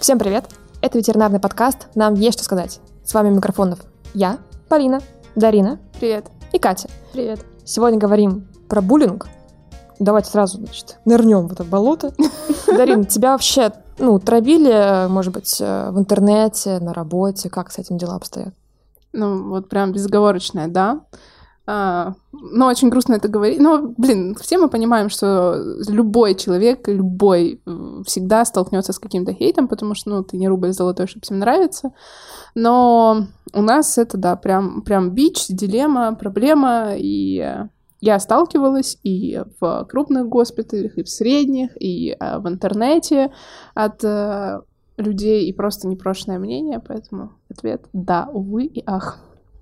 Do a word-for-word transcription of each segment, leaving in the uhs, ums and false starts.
Всем привет! Это ветеринарный подкаст «Нам есть что сказать». С вами микрофонов я, Полина, Дарина. Привет. И Катя. Привет. Сегодня говорим про буллинг. Давайте сразу, значит, нырнем в это болото. Дарин, тебя вообще, ну, травили, может быть, в интернете, на работе? Как с этим дела обстоят? Ну, вот прям безоговорочное, да. А, ну, очень грустно это говорить. Но, блин, все мы понимаем, что любой человек, любой всегда столкнется с каким-то хейтом, потому что, ну, ты не рубль золотой, чтобы всем нравиться. Но у нас это, да, прям, прям бич, дилемма, проблема. И я сталкивалась и в крупных госпиталях, и в средних, и в интернете от людей, и просто непрошенное мнение, поэтому ответ «да, увы и ах».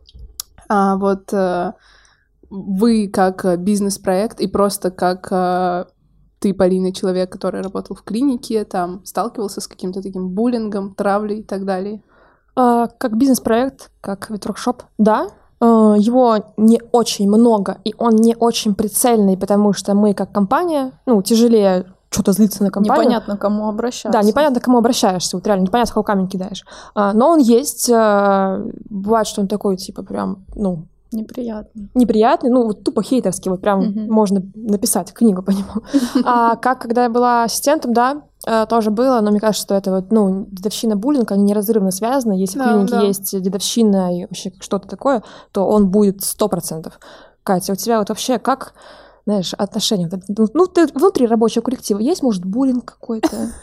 А вот э, вы как бизнес-проект и просто как э, ты, Полина, человек, который работал в клинике, там сталкивался с каким-то таким буллингом, травлей и так далее? А, как бизнес-проект, как ветрокшоп, да. А, его не очень много, и он не очень прицельный, потому что мы как компания, ну, тяжелее что-то злиться на компанию. Непонятно, к кому обращаться. Да, непонятно, к кому обращаешься. Вот реально непонятно, кого камень кидаешь. А, но он есть. А, бывает, что он такой, типа, прям, ну... Неприятный. Неприятный, ну, вот тупо хейтерский. Вот прям uh-huh. можно написать книгу по нему. А как, когда я была ассистентом, да, тоже было, но мне кажется, что это вот, ну, дедовщина, буллинг, они неразрывно связаны. Если да, в клинике да. есть дедовщина и вообще что-то такое, то он будет сто процентов. Катя, у тебя вот вообще как... Знаешь, отношения. Ну, ты внутри рабочего коллектива есть, может, буллинг какой-то?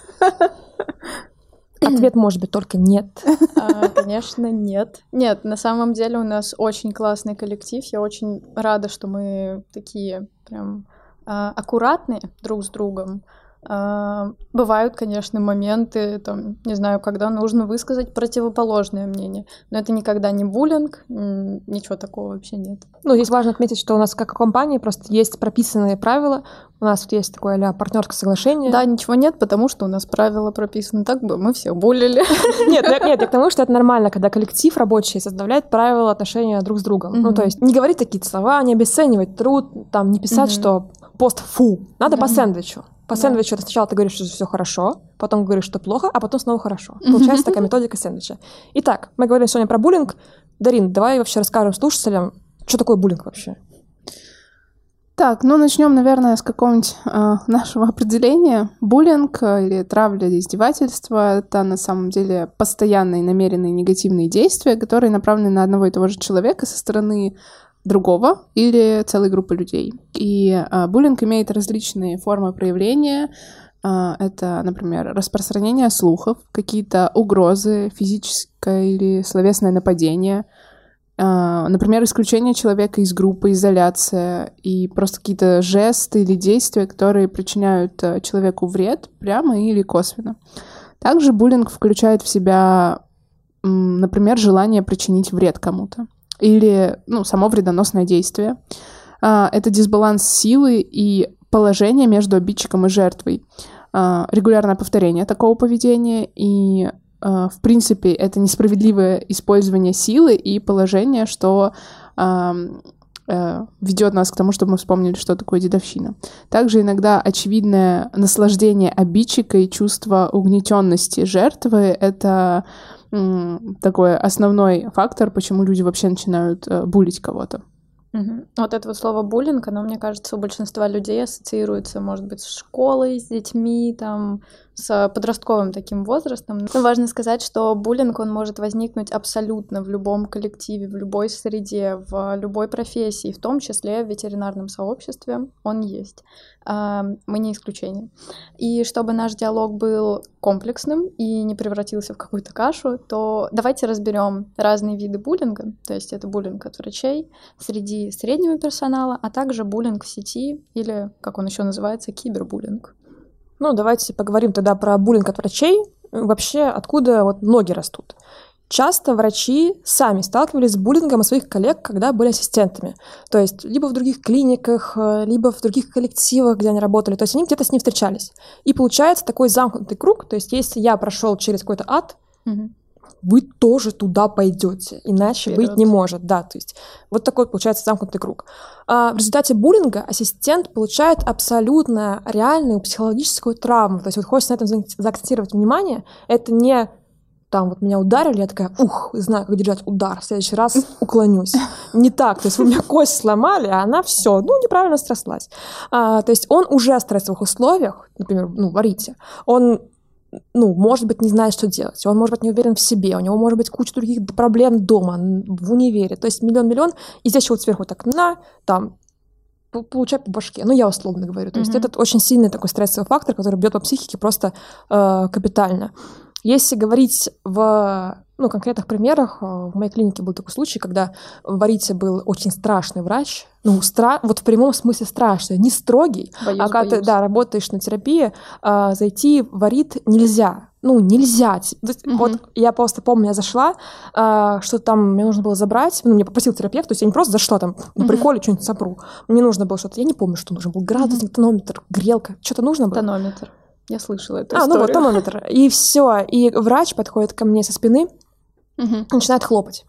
Ответ может быть только нет. А, конечно, нет. Нет, на самом деле у нас очень классный коллектив. Я очень рада, что мы такие прям а, аккуратные друг с другом. А, бывают, конечно, моменты, там, не знаю, когда нужно высказать противоположное мнение, но это никогда не буллинг, ничего такого вообще нет. Ну, здесь важно отметить, что у нас как компании просто есть прописанные правила, у нас вот есть такое а-ля партнерское соглашение. Да, ничего нет, потому что у нас правила прописаны, так бы мы все буллили. Нет, нет, я к тому, что это нормально, когда коллектив рабочий составляет правила отношения друг с другом. Ну, то есть не говорить такие слова, не обесценивать труд, там, не писать, что пост фу, надо по сэндвичу. По да. сэндвичу сначала ты говоришь, что все хорошо, потом говоришь, что плохо, а потом снова хорошо. Получается такая методика сэндвича. Итак, мы говорим сегодня про буллинг. Дарин, давай вообще расскажем слушателям, что такое буллинг вообще. Так, ну начнем, наверное, с какого-нибудь э, нашего определения. Буллинг э, или травля, или издевательство — это на самом деле постоянные намеренные негативные действия, которые направлены на одного и того же человека со стороны другого или целой группы людей. И э, буллинг имеет различные формы проявления. Э, это, например, распространение слухов, какие-то угрозы, физическое или словесное нападение, э, например, исключение человека из группы, изоляция и просто какие-то жесты или действия, которые причиняют э, человеку вред прямо или косвенно. Также буллинг включает в себя, э, например, желание причинить вред кому-то. Или, ну, само вредоносное действие. Это дисбаланс силы и положения между обидчиком и жертвой. Регулярное повторение такого поведения и, в принципе, это несправедливое использование силы и положения, что ведет нас к тому, чтобы мы вспомнили, что такое дедовщина. Также иногда очевидное наслаждение обидчика и чувство угнетенности жертвы — это такой основной фактор, почему люди вообще начинают э, буллить кого-то. Угу. Вот это вот слово буллинг, оно, мне кажется, у большинства людей ассоциируется, может быть, с школой, с детьми, там, с подростковым таким возрастом. Но важно сказать, что буллинг, он может возникнуть абсолютно в любом коллективе, в любой среде, в любой профессии, в том числе в ветеринарном сообществе он есть. Мы не исключение. И чтобы наш диалог был комплексным и не превратился в какую-то кашу, то давайте разберем разные виды буллинга. То есть это буллинг от врачей среди среднего персонала, а также буллинг в сети или, как он еще называется, кибербуллинг. Ну, давайте поговорим тогда про буллинг от врачей. Вообще, откуда вот ноги растут. Часто врачи сами сталкивались с буллингом от своих коллег, когда были ассистентами. То есть либо в других клиниках, либо в других коллективах, где они работали. То есть они где-то с ним встречались. И получается такой замкнутый круг. То есть если я прошел через какой-то ад, mm-hmm. вы тоже туда пойдете, иначе Вперёд. быть не может. Да, то есть вот такой получается замкнутый круг. А в результате буллинга ассистент получает абсолютно реальную психологическую травму. То есть вот хочется на этом заакцентировать внимание. Это не там вот меня ударили, я такая, ух, знаю, как держать удар, в следующий раз уклонюсь. Не так, то есть вы меня кость сломали, а она все, ну, неправильно стряслась. А, то есть он уже в стрессовых условиях, например, ну, варите, он, ну, может быть, не знает, что делать, он, может быть, не уверен в себе, у него может быть куча других проблем дома, в универе, то есть миллион-миллион, и здесь еще вот сверху так, на, там, получай по башке. Ну, я условно говорю. То mm-hmm. есть это очень сильный такой стрессовый фактор, который бьет по психике просто э, капитально. Если говорить в ну, конкретных примерах, в моей клинике был такой случай, когда в варите был очень страшный врач, ну, стра... вот в прямом смысле страшный, не строгий, боюсь, а когда боюсь. ты да, работаешь на терапии, э, зайти в варит нельзя. Ну, нельзя. Uh-huh. Вот я просто помню, я зашла, э, что там мне нужно было забрать, ну, мне попросил терапевт, то есть я не просто зашла там, на uh-huh. приколе что-нибудь сопру. Мне нужно было что-то, я не помню, что нужно было, градусник, uh-huh. тонометр, грелка, что-то нужно было. Тонометр. Я слышала эту а, историю. А, ну вот тонометр. И все. И врач подходит ко мне со спины, uh-huh. начинает хлопать.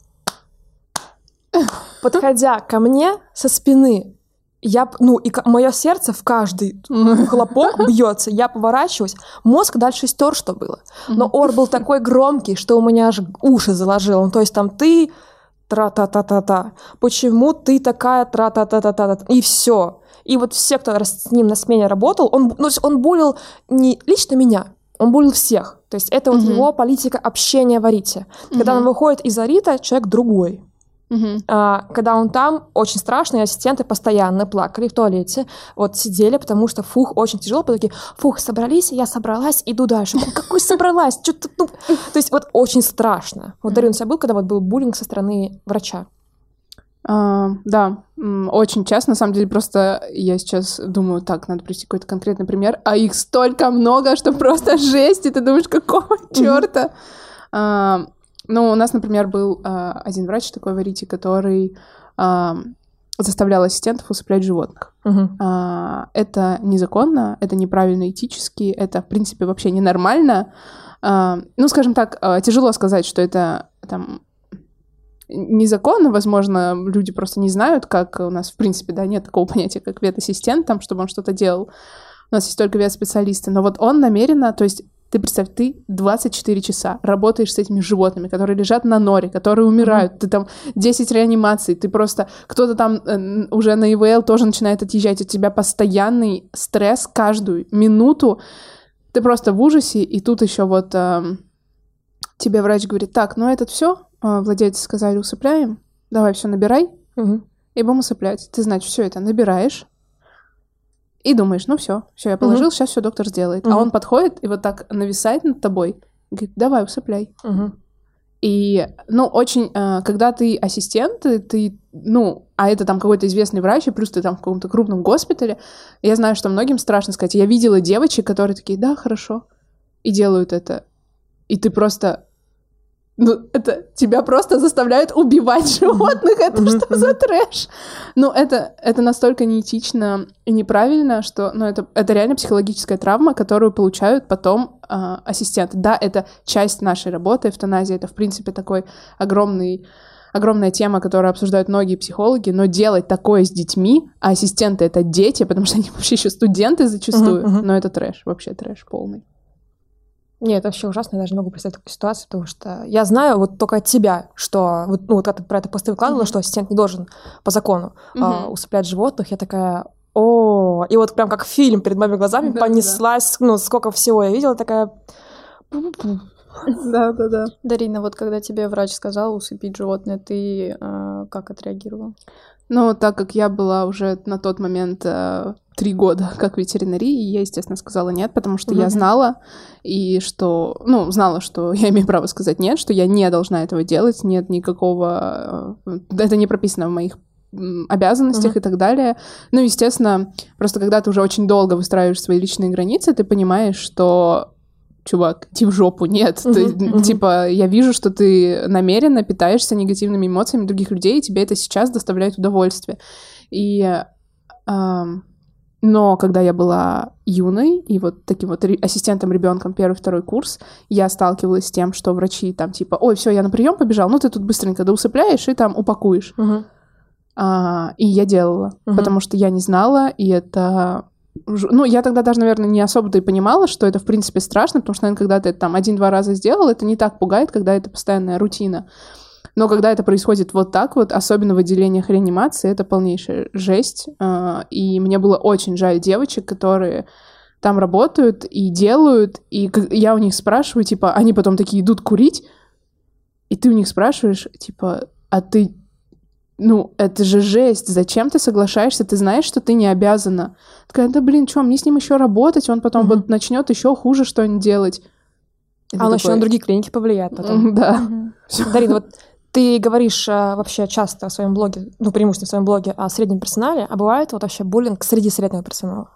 Подходя ко мне со спины, я, ну, и мое сердце в каждый хлопок бьется, я поворачиваюсь, мозг дальше стер, что было. Но ор был такой громкий, что у меня аж уши заложило. Ну, то есть там ты тра-та-та-та-та, почему ты такая тра-та-та-та-та, и все. И вот все, кто с ним на смене работал, он, ну, он булил не лично меня, он булил всех. То есть это вот mm-hmm. его политика общения в арите. Когда mm-hmm. он выходит из арита, человек другой. Uh-huh. А, когда он там, очень страшно, и ассистенты постоянно плакали в туалете, вот сидели, потому что фух, очень тяжело, потом такие, фух, собрались, я собралась, иду дальше. Какой собралась? Что-то, ну... То есть вот очень страшно. Вот, Дарина, у тебя был, когда вот был буллинг со стороны врача? Uh, да, очень часто, на самом деле, просто я сейчас думаю, так, надо привести какой-то конкретный пример, а их столько много, что просто жесть, и ты думаешь, какого черта? Uh-huh. Uh, Ну, у нас, например, был э, один врач такой в арите, который э, заставлял ассистентов усыплять животных. Uh-huh. Э, это незаконно, это неправильно этически, это, в принципе, вообще ненормально. Э, ну, скажем так, э, тяжело сказать, что это там незаконно, возможно, люди просто не знают, как у нас, в принципе, да, нет такого понятия, как ветассистент, там, чтобы он что-то делал. У нас есть только ветспециалисты, но вот он намеренно, то есть ты представь, ты двадцать четыре часа работаешь с этими животными, которые лежат на норе, которые умирают, mm-hmm. ты там десять реанимаций, ты просто... Кто-то там э, уже на ИВЛ тоже начинает отъезжать, у тебя постоянный стресс каждую минуту, ты просто в ужасе, и тут еще вот э, тебе врач говорит, так, ну этот все, э, владельцы сказали, усыпляем, давай все набирай, mm-hmm. и будем усыплять. Ты, значит, все это набираешь, и думаешь, ну все, все, я положил, uh-huh. сейчас все доктор сделает. Uh-huh. А он подходит и вот так нависает над тобой, говорит, давай, усыпляй. Uh-huh. И, ну, очень, э, когда ты ассистент, ты, ну, а это там какой-то известный врач, и плюс ты там в каком-то крупном госпитале, я знаю, что многим страшно сказать. Я видела девочек, которые такие, да, хорошо, и делают это. И ты просто... Ну, это тебя просто заставляют убивать животных. Это mm-hmm. что за трэш? Ну, это, это настолько неэтично и неправильно, что ну, это, это реально психологическая травма, которую получают потом э, ассистенты. Да, это часть нашей работы, эвтаназия. Это, в принципе, такой огромный, огромная тема, которую обсуждают многие психологи, но делать такое с детьми, а ассистенты — это дети, потому что они вообще еще студенты зачастую, mm-hmm. но это трэш, вообще трэш полный. Нет, это вообще ужасно, я даже не могу представить такую ситуацию, потому что я знаю вот только от тебя, что вот, ну, вот когда ты про это посты выкладывала, mm-hmm. что ассистент не должен по закону mm-hmm. а, усыплять животных, я такая, о, и вот прям как фильм перед моими глазами да, понеслась, да. ну, сколько всего я видела, такая... Да-да-да. Дарина, вот когда тебе врач сказал усыпить животное, ты э, как отреагировала? Ну, так как я была уже на тот момент э, три года как в ветеринарии, я, естественно, сказала нет, потому что mm-hmm. я знала, и что, ну, знала, что я имею право сказать нет, что я не должна этого делать, нет никакого... Э, это не прописано в моих обязанностях mm-hmm. и так далее. Ну, естественно, просто когда ты уже очень долго выстраиваешь свои личные границы, ты понимаешь, что... Чувак, иди в жопу, нет. Uh-huh, ты, uh-huh. Типа, я вижу, что ты намеренно питаешься негативными эмоциями других людей, и тебе это сейчас доставляет удовольствие. И, э, Но когда я была юной и вот таким вот ассистентом-ребенком первый-второй курс, я сталкивалась с тем, что врачи там типа, ой, все, я на прием побежал, ну ты тут быстренько доусыпляешь и там упакуешь. Uh-huh. А, и я делала, uh-huh. потому что я не знала, и это... Ну, я тогда даже, наверное, не особо-то и понимала, что это, в принципе, страшно, потому что, наверное, когда ты это там один-два раза сделал, это не так пугает, когда это постоянная рутина. Но когда это происходит вот так вот, особенно в отделениях реанимации, это полнейшая жесть. И мне было очень жаль девочек, которые там работают и делают. И я у них спрашиваю, типа, они потом такие идут курить, и ты у них спрашиваешь, типа, а ты... Ну, это же жесть. Зачем ты соглашаешься? Ты знаешь, что ты не обязана. Такая, да блин, что, мне с ним еще работать? Он потом mm-hmm. вот начнет еще хуже что-нибудь делать. Это а он такой... еще на другие клиники повлияет потом. Да. Mm-hmm. Дарина, вот ты говоришь а, вообще часто в своем блоге, ну, преимущественно в своем блоге о среднем персонале, а бывает вот вообще буллинг среди среднего персонала?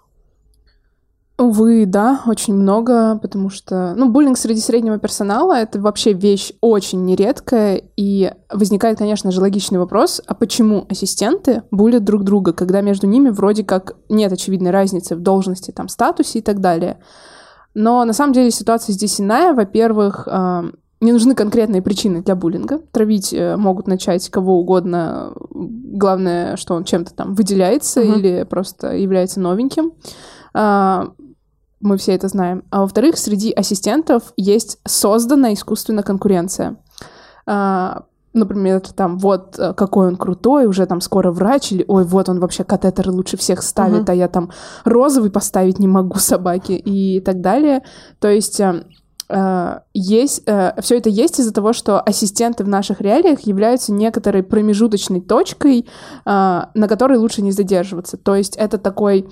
Увы, да, очень много, потому что, ну, буллинг среди среднего персонала — это вообще вещь очень нередкая, и возникает, конечно же, логичный вопрос, а почему ассистенты буллят друг друга, когда между ними вроде как нет очевидной разницы в должности, там, статусе и так далее. Но на самом деле ситуация здесь иная. Во-первых, не нужны конкретные причины для буллинга. Травить могут начать кого угодно. Главное, что он чем-то там выделяется uh-huh. или просто является новеньким. Мы все это знаем. А во-вторых, среди ассистентов есть созданная искусственная конкуренция. Например, там, вот какой он крутой, уже там скоро врач, или ой, вот он вообще катетеры лучше всех ставит, uh-huh. а я там розовый поставить не могу собаке и так далее. То есть... Есть, все это есть из-за того, что ассистенты в наших реалиях являются некоторой промежуточной точкой, на которой лучше не задерживаться. То есть это такой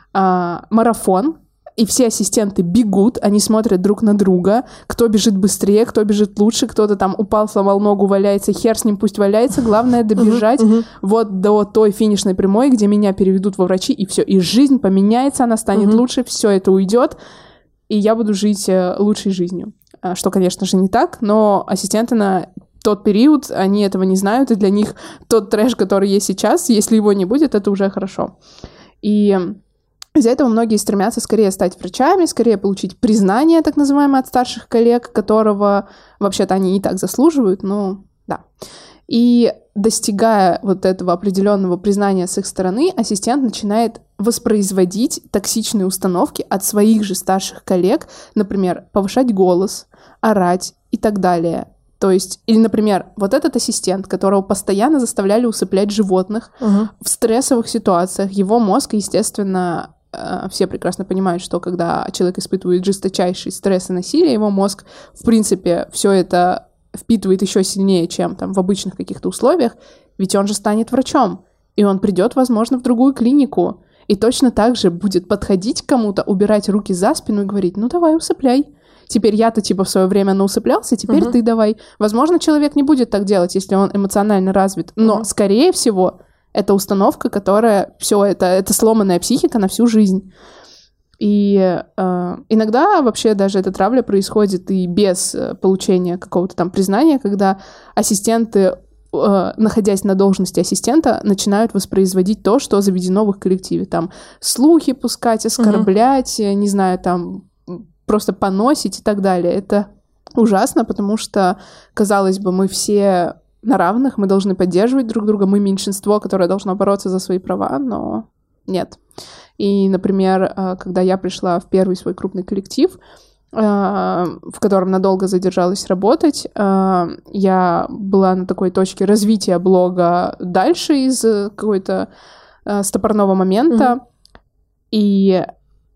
марафон, и все ассистенты бегут, они смотрят друг на друга, кто бежит быстрее, кто бежит лучше, кто-то там упал, сломал ногу, валяется, хер с ним, пусть валяется, главное добежать uh-huh, uh-huh. вот до той финишной прямой, где меня переведут во врачи, и все, и жизнь поменяется, она станет uh-huh. лучше, все это уйдет, и я буду жить лучшей жизнью. Что, конечно же, не так, но ассистенты на тот период, они этого не знают, и для них тот трэш, который есть сейчас, если его не будет, это уже хорошо. И из-за этого многие стремятся скорее стать врачами, скорее получить признание, так называемое, от старших коллег, которого вообще-то они и так заслуживают, но да. И достигая вот этого определенного признания с их стороны, ассистент начинает воспроизводить токсичные установки от своих же старших коллег, например, повышать голос, орать и так далее. То есть, или, например, вот этот ассистент, которого постоянно заставляли усыплять животных uh-huh. в стрессовых ситуациях, его мозг, естественно, все прекрасно понимают, что когда человек испытывает жесточайший стресс и насилие, его мозг, в принципе, все это впитывает еще сильнее, чем там в обычных каких-то условиях, ведь он же станет врачом, и он придет, возможно, в другую клинику, и точно так же будет подходить к кому-то, убирать руки за спину и говорить, ну давай, усыпляй. Теперь я-то типа в свое время наусыплялся, теперь uh-huh. ты давай. Возможно, человек не будет так делать, если он эмоционально развит, но, uh-huh. скорее всего, это установка, которая все это, это сломанная психика на всю жизнь. И э, иногда вообще даже эта травля происходит и без получения какого-то там признания, когда ассистенты, э, находясь на должности ассистента, начинают воспроизводить то, что заведено в их коллективе. Там слухи пускать, оскорблять, uh-huh. не знаю, там просто поносить и так далее. Это ужасно, потому что, казалось бы, мы все на равных, мы должны поддерживать друг друга, мы меньшинство, которое должно бороться за свои права, но нет. И, например, когда я пришла в первый свой крупный коллектив, в котором надолго задержалась работать, я была на такой точке развития блога дальше из какой-то стопорного момента, mm-hmm. и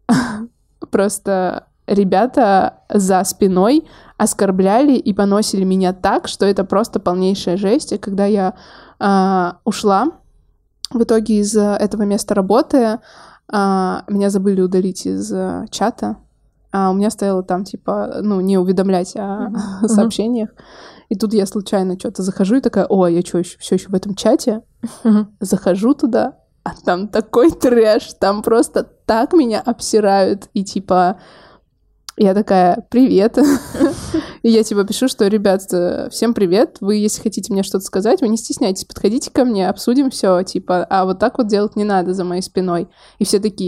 просто ребята за спиной оскорбляли и поносили меня так, что это просто полнейшая жесть. И когда я э, ушла в итоге из этого места работы, э, меня забыли удалить из э, чата, а у меня стояло там, типа, ну, не уведомлять о mm-hmm. сообщениях. И тут я случайно что-то захожу и такая, о, я что, все еще в этом чате? Mm-hmm. Захожу туда, а там такой трэш, там просто так меня обсирают. И типа... Я такая, привет. И я типа пишу, что, ребят, всем привет. Вы, если хотите мне что-то сказать, вы не стесняйтесь, подходите ко мне, обсудим все, типа, а вот так вот делать не надо за моей спиной. И все такие,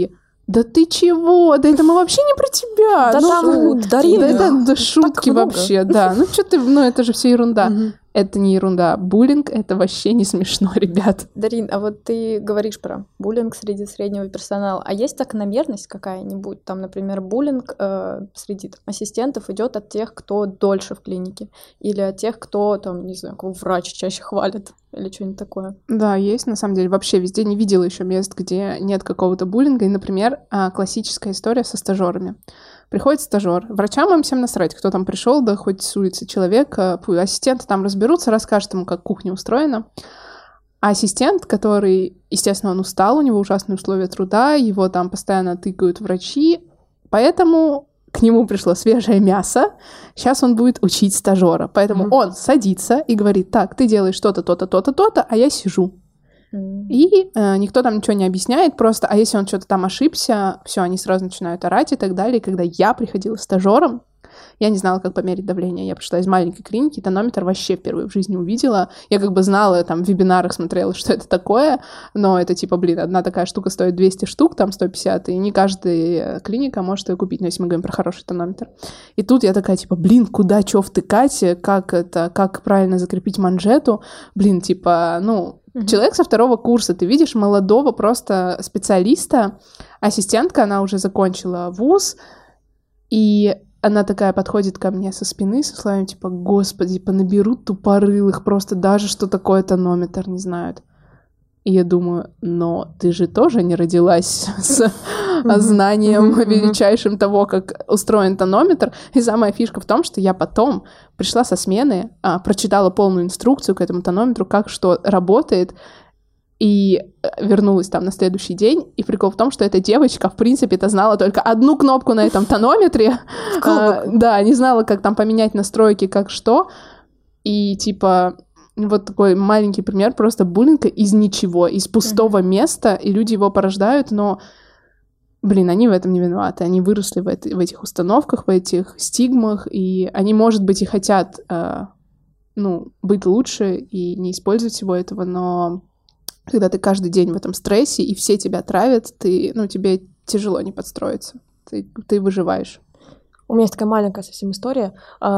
Да ты чего? Да это мы вообще не про тебя. Да ну, там Дарина. Да это да, шутки вообще, да. Ну что ты, ну это же все ерунда. Угу. Это не ерунда. Буллинг — это вообще не смешно, ребят. Дарин, а вот ты говоришь про буллинг среди среднего персонала. А есть закономерность какая-нибудь? Там, например, буллинг э, среди там, ассистентов идет от тех, кто дольше в клинике? Или от тех, кто, там, не знаю, кого врач чаще хвалит? Или что-нибудь такое? Да, есть, на самом деле. Вообще везде не видела еще мест, где нет какого-то буллинга. И, например, классическая история со стажерами. Приходит стажер, врачам им всем насрать, кто там пришел, да хоть с улицы человек, ассистенты там разберутся, расскажут ему, как кухня устроена. А ассистент, который, естественно, он устал, у него ужасные условия труда, его там постоянно тыкают врачи, поэтому к нему пришло свежее мясо, сейчас он будет учить стажера. Поэтому mm-hmm. он садится и говорит: так, ты делаешь то-то, то-то, то-то, то-то, а я сижу. Mm. И э, никто там ничего не объясняет, просто, а если он что-то там ошибся, все, они сразу начинают орать и так далее. И когда я приходила стажером, я не знала, как померить давление. Я пришла из маленькой клиники, тонометр вообще впервые в жизни увидела. Я как бы знала, там, в вебинарах смотрела, что это такое, но это типа, блин, одна такая штука стоит двести штук, там сто пятьдесят, и не каждая клиника может ее купить, но если мы говорим про хороший тонометр. И тут я такая, типа, блин, куда, что втыкать, как это, как правильно закрепить манжету, блин, типа, ну... Mm-hmm. Человек со второго курса, ты видишь молодого просто специалиста, ассистентка, она уже закончила вуз, и она такая подходит ко мне со спины со словами типа: господи, понаберут тупорылых, просто даже что такое тонометр не знают. И я думаю, но ты же тоже не родилась с знанием величайшим того, как устроен тонометр. И самая фишка в том, что я потом пришла со смены, прочитала полную инструкцию к этому тонометру, как что работает, и вернулась там на следующий день. И прикол в том, что эта девочка, в принципе-то, знала только одну кнопку на этом тонометре. Да, не знала, как там поменять настройки, как что. И типа... Вот такой маленький пример просто буллинга из ничего, из пустого mm-hmm. места, и люди его порождают, но, блин, они в этом не виноваты, они выросли в, это, в этих установках, в этих стигмах, и они, может быть, и хотят, э, ну, быть лучше и не использовать всего этого, но когда ты каждый день в этом стрессе, и все тебя травят, ты, ну, тебе тяжело не подстроиться, ты, ты выживаешь. У меня есть такая маленькая совсем история,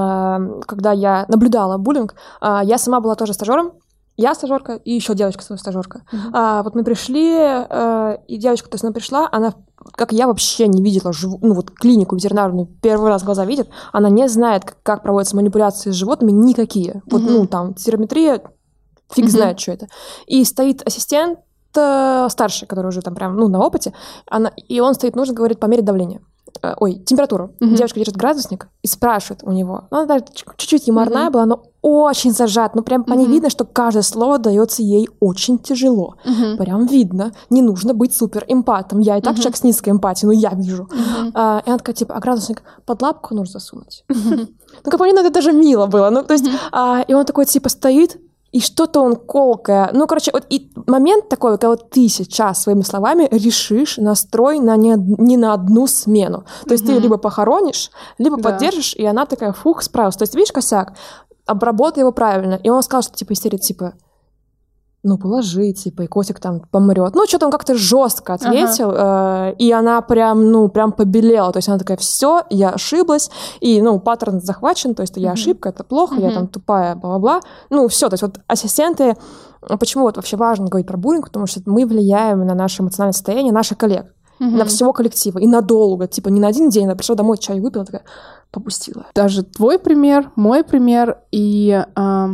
когда я наблюдала буллинг. Я сама была тоже стажером. Я стажерка и еще девочка стажерка. Mm-hmm. Вот мы пришли, и девочка, то есть она пришла, она, как я, вообще не видела жив... ну, вот клинику ветеринарную, первый раз глаза видит, она не знает, как, как проводятся манипуляции с животными никакие. Mm-hmm. Вот, ну, там, терапия, фиг mm-hmm. знает, что это. И стоит ассистент старший, который уже там прям, ну, на опыте, она... и он стоит, нужно, говорит, померить давление. Ой, температуру. Mm-hmm. Девушка держит градусник и спрашивает у него. Ну, она даже чуть-чуть юморная mm-hmm. была, но очень зажат. Ну, прям по ней mm-hmm. видно, что каждое слово дается ей очень тяжело. Mm-hmm. Прям видно. Не нужно быть супер эмпатом. Я и так mm-hmm. человек с низкой эмпатией, но я вижу. Mm-hmm. А, и она такая, типа, а градусник под лапку нужно засунуть. Mm-hmm. Ну, как по мне, это даже мило было. Ну, то есть, mm-hmm. а, и он такой, типа, стоит, и что-то он колкое. Ну, короче, вот и момент такой, когда вот ты сейчас своими словами решишь настрой на не, не на одну смену. То есть mm-hmm. ты либо похоронишь, либо да. поддержишь, и она такая, фух, справилась. То есть, видишь, косяк, обработай его правильно. И он сказал, что, типа, истерит, типа, ну, положи, типа, и котик там помрет. Ну, что-то он как-то жестко ответил, ага. э, и она прям, ну, прям побелела. То есть она такая, все, я ошиблась, и, ну, паттерн захвачен, то есть я mm-hmm. ошибка, это плохо, mm-hmm. я там тупая, бла-бла-бла. Ну, все, то есть вот ассистенты, почему вот вообще важно говорить про буллинг, потому что мы влияем на наше эмоциональное состояние наших коллег, mm-hmm. на всего коллектива, и надолго, типа, не на один день, она пришла домой, чай выпила, такая, попустила. Даже твой пример, мой пример, и э,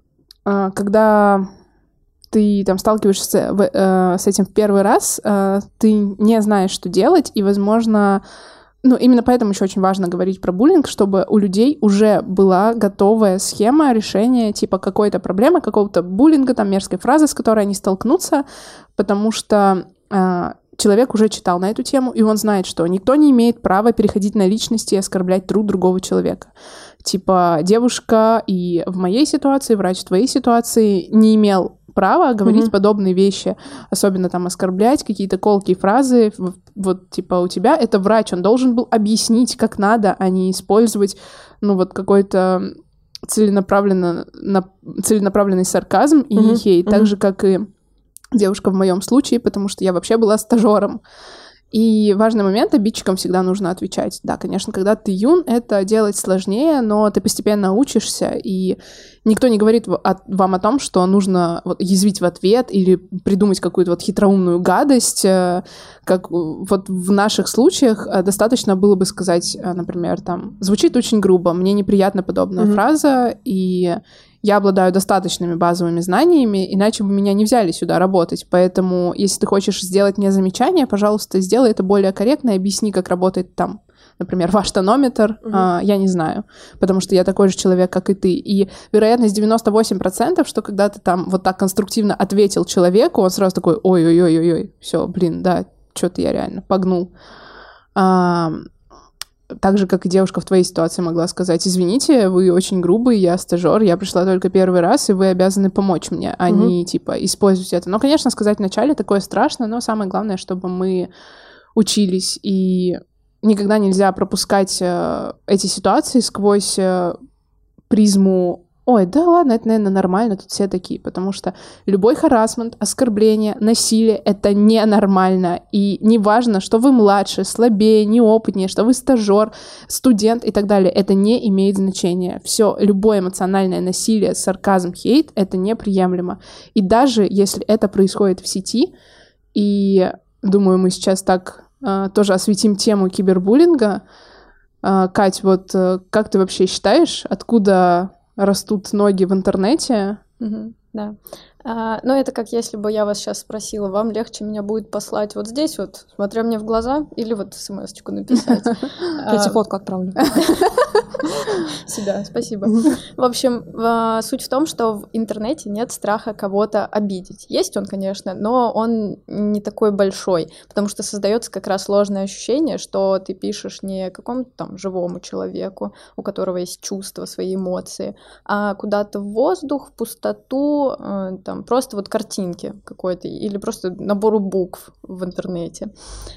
э, когда... ты там сталкиваешься в, э, с этим в первый раз, э, ты не знаешь, что делать, и, возможно, ну, именно поэтому еще очень важно говорить про буллинг, чтобы у людей уже была готовая схема решения, типа, какой-то проблемы, какого-то буллинга, там, мерзкой фразы, с которой они столкнутся, потому что э, человек уже читал на эту тему, и он знает, что никто не имеет права переходить на личности и оскорблять труд другого человека. Типа, девушка и в моей ситуации, врач в твоей ситуации не имел права говорить mm-hmm. подобные вещи, особенно там оскорблять, какие-то колкие фразы. Вот, вот, типа, у тебя это врач, он должен был объяснить, как надо, а не использовать, ну, вот какой-то целенаправленно, на, целенаправленный сарказм и mm-hmm. хейт, mm-hmm. так же, как и девушка в моем случае, потому что я вообще была стажером. И важный момент, обидчикам всегда нужно отвечать. Да, конечно, когда ты юн, это делать сложнее, но ты постепенно учишься, и никто не говорит вам о том, что нужно вот язвить в ответ или придумать какую-то вот хитроумную гадость. Как вот в наших случаях достаточно было бы сказать, например, там, звучит очень грубо, мне неприятна подобная mm-hmm. фраза, и я обладаю достаточными базовыми знаниями, иначе бы меня не взяли сюда работать. Поэтому, если ты хочешь сделать мне замечание, пожалуйста, сделай это более корректно и объясни, как работает там, например, ваш тонометр. Uh-huh. А, я не знаю, потому что я такой же человек, как и ты. И вероятность девяносто восемь процентов, что когда ты там вот так конструктивно ответил человеку, он сразу такой, ой-ой-ой-ой-ой, все, блин, да, что-то я реально погнул. А, так же, как и девушка в твоей ситуации могла сказать, извините, вы очень грубый, я стажер, я пришла только первый раз, и вы обязаны помочь мне, а mm-hmm. не, типа, использовать это. Но, конечно, сказать вначале такое страшно, но самое главное, чтобы мы учились, и никогда нельзя пропускать э, эти ситуации сквозь э, призму «Ой, да ладно, это, наверное, нормально, тут все такие», потому что любой харассмент, оскорбление, насилие — это ненормально, и неважно, что вы младше, слабее, неопытнее, что вы стажер, студент и так далее, это не имеет значения. Все, любое эмоциональное насилие, сарказм, хейт — это неприемлемо. И даже если это происходит в сети, и, думаю, мы сейчас так э, тоже осветим тему кибербуллинга. Э, Кать, вот э, как ты вообще считаешь, откуда растут ноги в интернете? Mm-hmm, да. А, ну, это как если бы я вас сейчас спросила, вам легче меня будет послать вот здесь вот, смотря мне в глаза, или вот смс-очку написать? Я тебе фотку отправлю. Себя, спасибо. В общем, суть в том, что в интернете нет страха кого-то обидеть. Есть он, конечно, но он не такой большой, потому что создается как раз ложное ощущение, что ты пишешь не какому-то там живому человеку, у которого есть чувства, свои эмоции, а куда-то в воздух, в пустоту, там просто вот картинки какой-то или просто набору букв в интернете.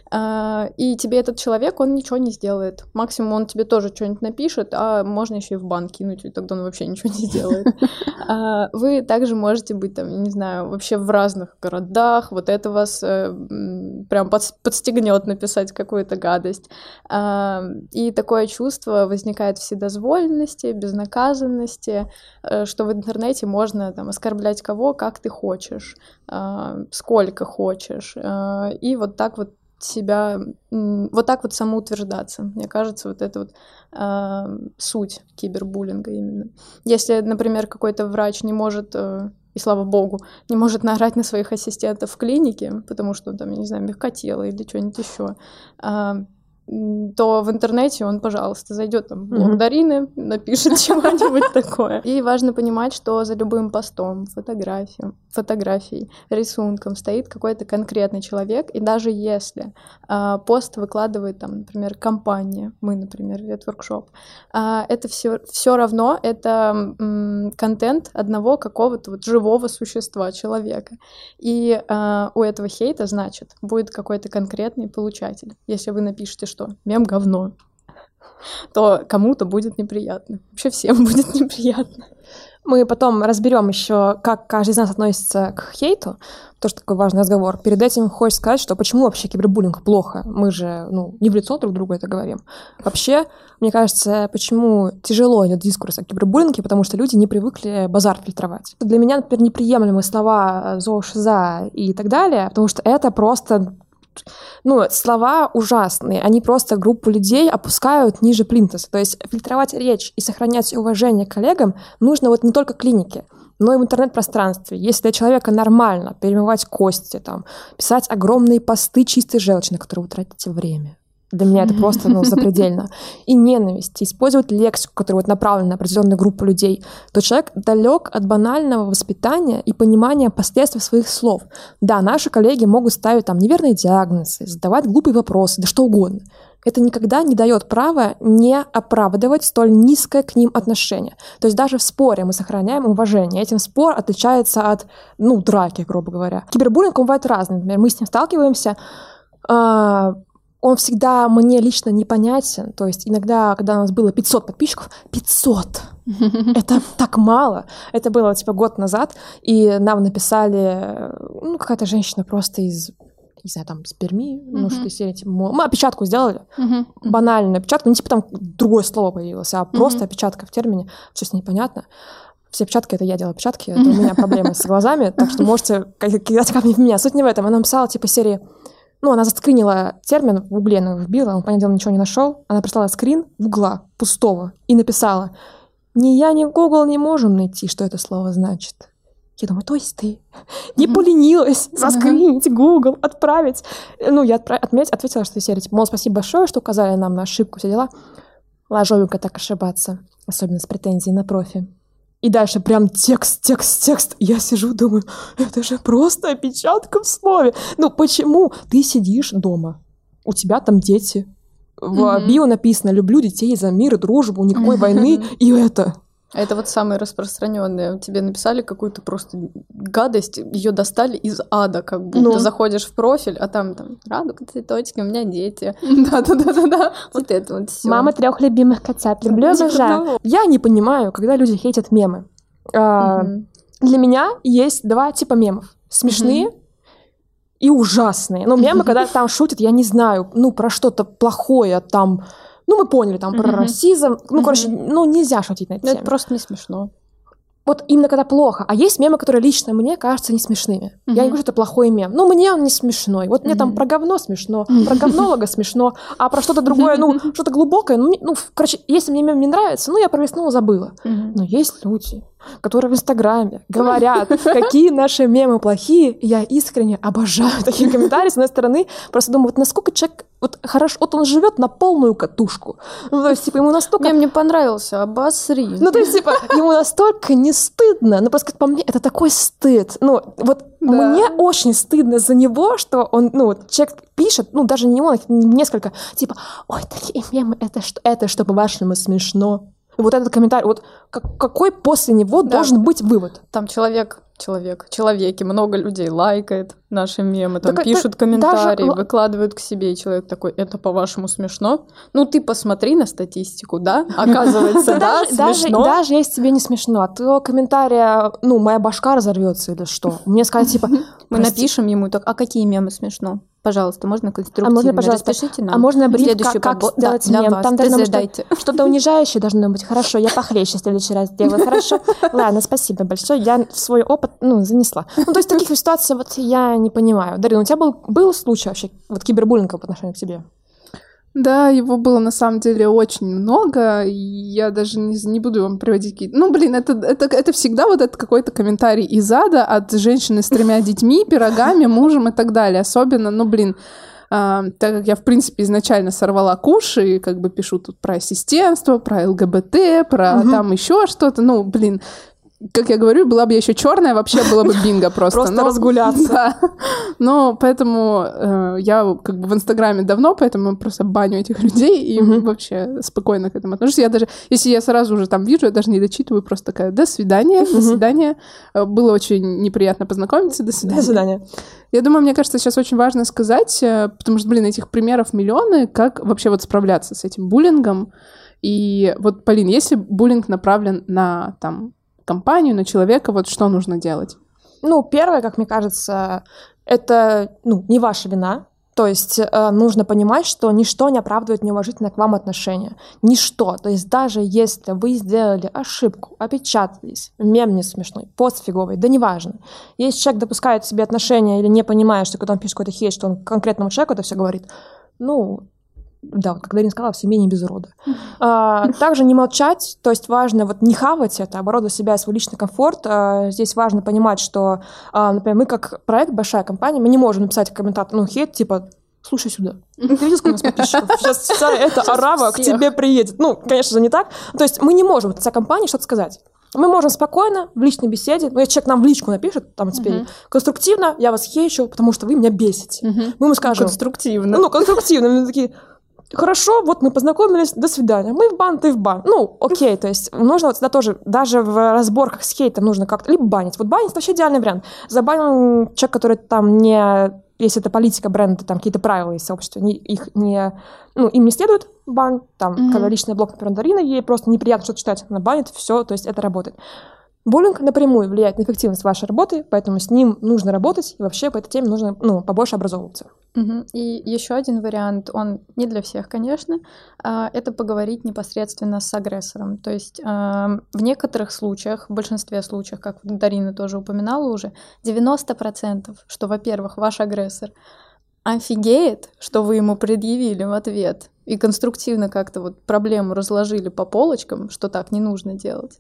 И тебе этот человек, он ничего не сделает. Максимум он тебе тоже что-нибудь напишет, а можно еще и в бан кинуть, и тогда он вообще ничего не сделает. Вы также можете быть там, не знаю, вообще в разных городах, вот это вас прям подстегнет написать какую-то гадость. И такое чувство возникает вседозволенности, безнаказанности, что в интернете можно там оскорблять кого, как ты хочешь, сколько хочешь, и вот так вот себя, вот так вот самоутверждаться. Мне кажется, вот это вот э, суть кибербуллинга именно. Если, например, какой-то врач не может, э, и слава богу, не может наорать на своих ассистентов в клинике, потому что он там, я не знаю, мягкотелый или что-нибудь еще, э, то в интернете он, пожалуйста, зайдет там в блог Дарины, напишет чего-нибудь такое. И важно понимать, что за любым постом, фотографией, фотографией, рисунком стоит какой-то конкретный человек, и даже если э, пост выкладывает, там, например, компания, мы, например, ветворкшоп, э, это все, все равно это э, контент одного какого-то вот живого существа, человека. И э, у этого хейта, значит, будет какой-то конкретный получатель. Если вы напишете, что мем говно, то кому-то будет неприятно. Вообще всем будет неприятно. Мы потом разберем еще, как каждый из нас относится к хейту. Тоже такой важный разговор. Перед этим хочется сказать, что почему вообще кибербуллинг плохо. Мы же ну, не в лицо друг другу это говорим. Вообще, мне кажется, почему тяжело идет дискурс о кибербуллинге, потому что люди не привыкли базар фильтровать. Для меня, например, неприемлемы слова зоошиза и так далее, потому что это просто... Ну, слова ужасные, они просто группу людей опускают ниже плинтуса. То есть фильтровать речь и сохранять уважение к коллегам нужно вот не только клинике, но и в интернет-пространстве. Если для человека нормально перемывать кости, там, писать огромные посты чистой желчи, на которые вы тратите время, для меня это просто ну, запредельно. И ненависть, использовать лексику, которая вот направлена на определенную группу людей, то человек далек от банального воспитания и понимания последствий своих слов. Да, наши коллеги могут ставить там неверные диагнозы, задавать глупые вопросы, да что угодно. Это никогда не дает права не оправдывать столь низкое к ним отношение. То есть даже в споре мы сохраняем уважение. Этим спор отличается от, ну, драки, грубо говоря. Кибербуллинг бывает разный. Например, мы с ним сталкиваемся... Он всегда мне лично непонятен. То есть иногда, когда у нас было пятьсот подписчиков, пятьсот! Это так мало. Это было типа год назад, и нам написали, ну, какая-то женщина просто из не знаю, там, сперми, mm-hmm. ну, что из серии, типа, мы опечатку сделали, mm-hmm. банальную опечатку, не типа там другое слово появилось, а просто mm-hmm. опечатка в термине, все с ней понятно. Все опечатки, это я делаю опечатки, это у меня проблемы с глазами, так что можете кидать камни в меня. Суть не в этом, она написала, типа, серии, ну, она заскринила термин, в угле она вбила, он, понятное дело, ничего не нашел, она прислала скрин в угла, пустого, и написала, ни я, ни Google не можем найти, что это слово значит. Я думаю, то есть ты не mm-hmm. поленилась заскринить mm-hmm. Google, отправить. Ну, я отправ... отметь, ответила, что серия, типа, мол, спасибо большое, что указали нам на ошибку, все дела. Ложовенько так ошибаться, особенно с претензией на профи. И дальше прям текст, текст, текст. Я сижу, думаю, это же просто опечатка в слове. Ну, почему ты сидишь дома? У тебя там дети. В mm-hmm. био написано, люблю детей за мир и дружбу, никакой mm-hmm. войны. И это... Это вот самое распространенное. Тебе написали какую-то просто гадость, ее достали из ада, как будто ну. заходишь в профиль, а там там радуга, цветочки, у меня дети. Да-да-да-да. Вот это вот все. Мама трех любимых котят. Люблю, обожаю. Я не понимаю, когда люди хейтят мемы. Для меня есть два типа мемов. Смешные и ужасные. Ну, мемы, когда там шутят, я не знаю, ну, про что-то плохое, там... Ну, мы поняли, там, про mm-hmm. расизм. Ну, mm-hmm. короче, ну, нельзя шутить на эту тему. Это просто не смешно. Вот именно когда плохо. А есть мемы, которые лично мне кажутся не смешными. Mm-hmm. Я не говорю, что это плохой мем. Ну, мне он не смешной. Вот mm-hmm. мне там про говно смешно, mm-hmm. про говнолога смешно, а про что-то другое, ну, что-то глубокое. Ну, ну, короче, если мне мем не нравится, ну, я пролистнула, забыла. Mm-hmm. Но есть люди, которые в Инстаграме говорят, какие наши мемы плохие. Я искренне обожаю такие комментарии. С одной стороны, просто думаю, вот насколько человек вот хорошо, вот он живет на полную катушку. Ну, то есть, типа, ему настолько... Мне мне понравился, обосри. Ну, то есть, типа, ему настолько не стыдно. Ну, просто, как по мне, это такой стыд. Ну, вот да. мне очень стыдно за него, что он, ну, человек пишет, ну, даже не он, а несколько, типа, ой, такие мемы, это что, это что, по-вашему, смешно? И вот этот комментарий, вот как, какой после него да. должен быть вывод? Там человек, человек, человеки, много людей лайкает наши мемы, там так пишут комментарии, даже... выкладывают к себе, и человек такой, это по-вашему смешно? Ну, ты посмотри на статистику, да? Оказывается, да, смешно. Даже если тебе не смешно, от твоего комментария, ну, моя башка разорвется или что? Мне сказать, типа... Мы напишем ему, так, а какие мемы смешно? Пожалуйста, можно конструктивно? А можно, пожалуйста, распишите нам. А можно бриф, как, как сделать да, мем? Там должно быть что-то унижающее должно быть. Хорошо, я похлеще в следующий раз сделаю. Хорошо. Ладно, спасибо большое. Я свой опыт, ну, занесла. Ну, то есть таких ситуаций вот я не понимаю. Дарина, у тебя был, был случай вообще вот кибербуллинга по отношению к тебе? Да, его было на самом деле очень много, и я даже не, не буду вам приводить какие-то... Ну, блин, это, это, это всегда вот этот какой-то комментарий из ада от женщины с тремя детьми, пирогами, мужем и так далее. Особенно, ну, блин, а, так как я, в принципе, изначально сорвала куш, и как бы пишу тут про ассистентство, про ЛГБТ, про угу. там еще что-то, ну, блин... Как я говорю, была бы я еще черная, вообще было бы бинго просто. Просто но, разгуляться. Да. Но поэтому э, я как бы в Инстаграме давно, поэтому просто баню этих людей и mm-hmm. вообще спокойно к этому отношусь. Я даже, если я сразу уже там вижу, я даже не дочитываю, просто такая, до свидания, mm-hmm. до свидания. Было очень неприятно познакомиться, до свидания. До свидания. Я думаю, мне кажется, сейчас очень важно сказать, потому что, блин, этих примеров миллионы, как вообще вот справляться с этим буллингом. И вот, Полин, если буллинг направлен на там компанию, на человека, вот что нужно делать? Ну, первое, как мне кажется, это, ну, не ваша вина. То есть э, нужно понимать, что ничто не оправдывает неуважительное к вам отношение. Ничто. То есть даже если вы сделали ошибку, опечатались, мем не смешной, пост фиговый, да неважно. Если человек допускает себе отношения или не понимает, что когда он пишет какой-то хейт, что он конкретному человеку это все говорит, ну... Да, вот как Дарина сказала, в семье не без урода. А, также не молчать, то есть важно вот не хавать это, а бороться за себя и свой личный комфорт. А, здесь важно понимать, что, а, например, мы как проект, большая компания, мы не можем написать комментатор, ну, хейт, типа, слушай сюда. Ты видел, сколько у нас подписчиков? Сейчас вся эта арава к тебе приедет. Ну, конечно же, не так. То есть мы не можем, вся компания, что-то сказать. Мы можем спокойно в личной беседе, ну, если человек нам в личку напишет, там теперь, uh-huh. конструктивно, я вас хейчу, потому что вы меня бесите. Uh-huh. Мы ему скажем... Конструктивно. Ну, конструктивно. Мы такие... Хорошо, вот мы познакомились, до свидания. Мы в бан, ты в бан. Ну, окей, то есть нужно вот всегда тоже, даже в разборках с хейтом нужно как-то либо банить. Вот банить — это вообще идеальный вариант. Забанил человек, который там не... Если это политика бренда, там какие-то правила есть в сообществе, не, их не... Ну, им не следует бан. Там, mm-hmm. когда личный блог, например, Дарина, ей просто неприятно что-то читать, она банит, все, то есть это работает. Буллинг напрямую влияет на эффективность вашей работы, поэтому с ним нужно работать, и вообще по этой теме нужно, ну, побольше образовываться. Угу. И еще один вариант, он не для всех, конечно, это поговорить непосредственно с агрессором. То есть в некоторых случаях, в большинстве случаев, как Дарина тоже упоминала уже, девяносто процентов, что, во-первых, ваш агрессор офигеет, что вы ему предъявили в ответ, и конструктивно как-то вот проблему разложили по полочкам, что так не нужно делать,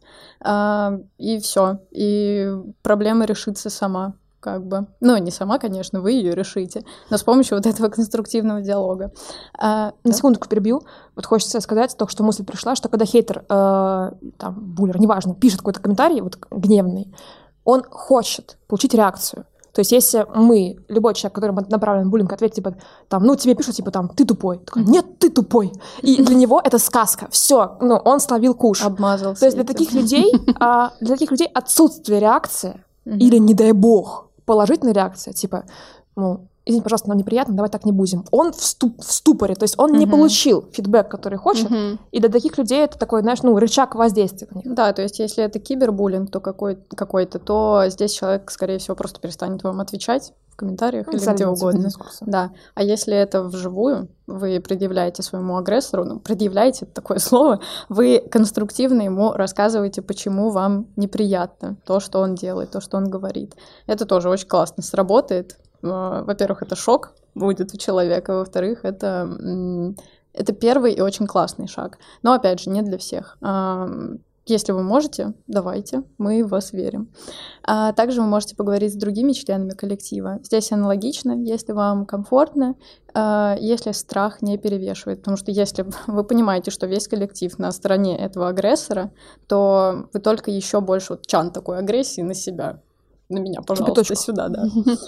а, и все, и проблема решится сама, как бы. Ну, не сама, конечно, вы ее решите, но с помощью вот этого конструктивного диалога. А, На да? секундочку перебью. Вот хочется сказать, только что мысль пришла, что когда хейтер, э, там, буллер, неважно, пишет какой-то комментарий вот гневный, он хочет получить реакцию. То есть если мы, любой человек, который направлен на буллинг, ответит, типа, там, ну, тебе пишут, типа, там, ты тупой. Такой, нет, ты тупой. И для него это сказка. Все, ну, он словил куш. Обмазался. То есть для таких людей, а, для таких людей отсутствие реакции или, не дай бог, положительная реакция, типа, ну, извините, пожалуйста, нам неприятно, давай так не будем. Он в, ступ, в ступоре, то есть он uh-huh. не получил фидбэк, который хочет, uh-huh. и для таких людей это такой, знаешь, ну, рычаг воздействия на них. Да, то есть если это кибербуллинг, то какой- какой-то, то здесь человек, скорее всего, просто перестанет вам отвечать в комментариях ну, или где угодно. Да. А если это вживую, вы предъявляете своему агрессору, ну, предъявляете такое слово, вы конструктивно ему рассказываете, почему вам неприятно то, что он делает, то, что он говорит. Это тоже очень классно сработает. Во-первых, это шок будет у человека, во-вторых, это, это первый и очень классный шаг. Но, опять же, не для всех. Если вы можете, давайте, мы в вас верим. А также вы можете поговорить с другими членами коллектива. Здесь аналогично, если вам комфортно, если страх не перевешивает. Потому что если вы понимаете, что весь коллектив на стороне этого агрессора, то вы только еще больше вот чан такой агрессии на себя. На меня, пожалуйста, Кипяточку. Сюда, да.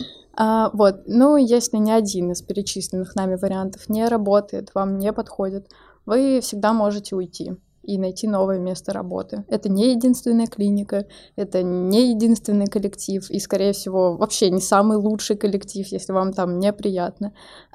А, вот, ну, если ни один из перечисленных нами вариантов не работает, вам не подходит, вы всегда можете уйти и найти новое место работы. Это не единственная клиника, это не единственный коллектив, и, скорее всего, вообще не самый лучший коллектив, если вам там неприятно.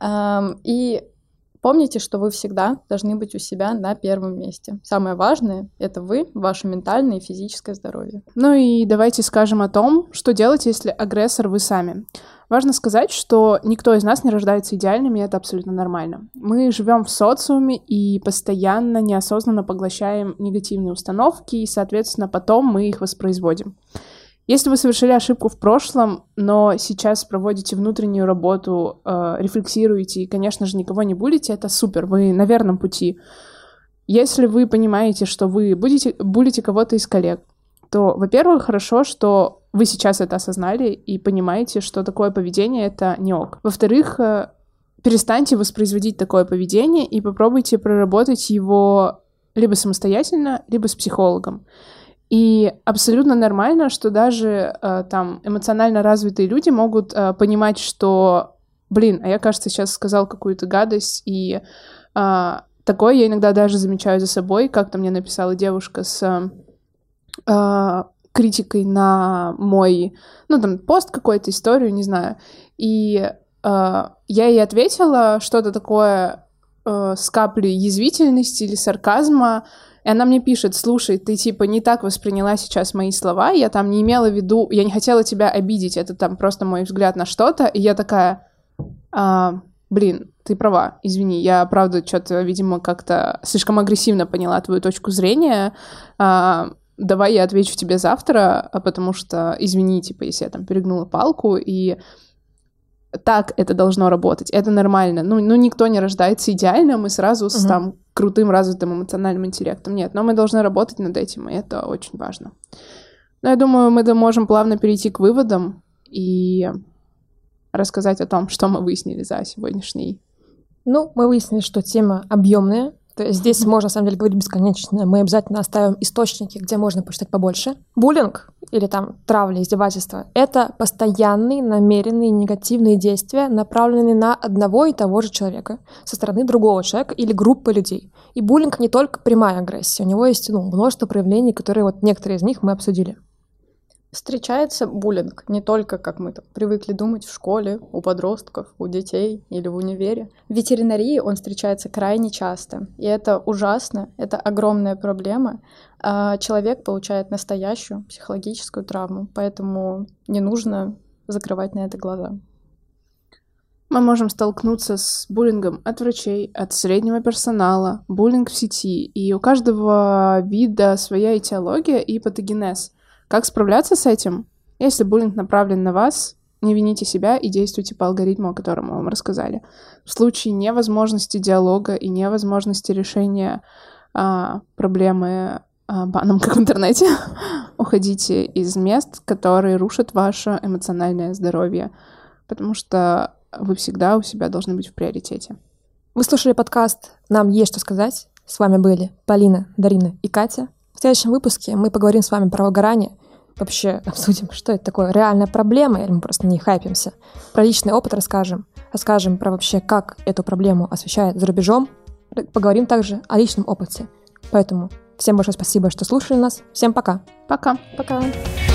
А, и помните, что вы всегда должны быть у себя на первом месте. Самое важное — это вы, ваше ментальное и физическое здоровье. Ну и давайте скажем о том, что делать, если агрессор вы сами. Важно сказать, что никто из нас не рождается идеальными, и это абсолютно нормально. Мы живем в социуме и постоянно неосознанно поглощаем негативные установки, и, соответственно, потом мы их воспроизводим. Если вы совершили ошибку в прошлом, но сейчас проводите внутреннюю работу, э, рефлексируете и, конечно же, никого не булите, это супер, вы на верном пути. Если вы понимаете, что вы будете булите кого-то из коллег, то, во-первых, хорошо, что вы сейчас это осознали и понимаете, что такое поведение — это не ок. Во-вторых, э, перестаньте воспроизводить такое поведение и попробуйте проработать его либо самостоятельно, либо с психологом. И абсолютно нормально, что даже э, там эмоционально развитые люди могут э, понимать, что, блин, а я, кажется, сейчас сказал какую-то гадость, и э, такое я иногда даже замечаю за собой. Как-то мне написала девушка с э, критикой на мой, ну, там, пост какой-то, историю, не знаю. И э, я ей ответила что-то такое э, с каплей язвительности или сарказма. И она мне пишет: слушай, ты типа не так восприняла сейчас мои слова, я там не имела в виду, я не хотела тебя обидеть, это там просто мой взгляд на что-то. И я такая, а, блин, ты права, извини, я правда что-то, видимо, как-то слишком агрессивно поняла твою точку зрения, а, давай я отвечу тебе завтра, потому что, извини, типа, если я там перегнула палку, и так это должно работать, это нормально. Ну, ну никто не рождается идеальным и сразу uh-huh. с там крутым развитым эмоциональным интеллектом. Нет, но мы должны работать над этим, и это очень важно. Но я думаю, мы можем плавно перейти к выводам и рассказать о том, что мы выяснили за сегодняшний. Ну, мы выяснили, что тема объемная. То есть здесь можно, на самом деле, говорить бесконечно. Мы обязательно оставим источники, где можно почитать побольше. Буллинг или там травля, издевательство — это постоянные, намеренные, негативные действия, направленные на одного и того же человека со стороны другого человека или группы людей. И буллинг не только прямая агрессия. У него есть ну, множество проявлений, которые вот некоторые из них мы обсудили. Встречается буллинг не только, как мы там привыкли думать, в школе, у подростков, у детей или в универе. В ветеринарии он встречается крайне часто, и это ужасно, это огромная проблема. Человек получает настоящую психологическую травму, поэтому не нужно закрывать на это глаза. Мы можем столкнуться с буллингом от врачей, от среднего персонала, буллинг в сети, и у каждого вида своя этиология и патогенез. Как справляться с этим? Если буллинг направлен на вас, не вините себя и действуйте по алгоритму, о котором мы вам рассказали. В случае невозможности диалога и невозможности решения а, проблемы а, баном, как в интернете, уходите из мест, которые рушат ваше эмоциональное здоровье, потому что вы всегда у себя должны быть в приоритете. Вы слушали подкаст «Нам есть что сказать». С вами были Полина, Дарина и Катя. В следующем выпуске мы поговорим с вами про выгорание, вообще обсудим, что это такое, реальная проблема, или мы просто не хайпимся. Про личный опыт расскажем, расскажем про вообще, как эту проблему освещают за рубежом. Поговорим также о личном опыте. Поэтому всем большое спасибо, что слушали нас. Всем пока. Пока. Пока.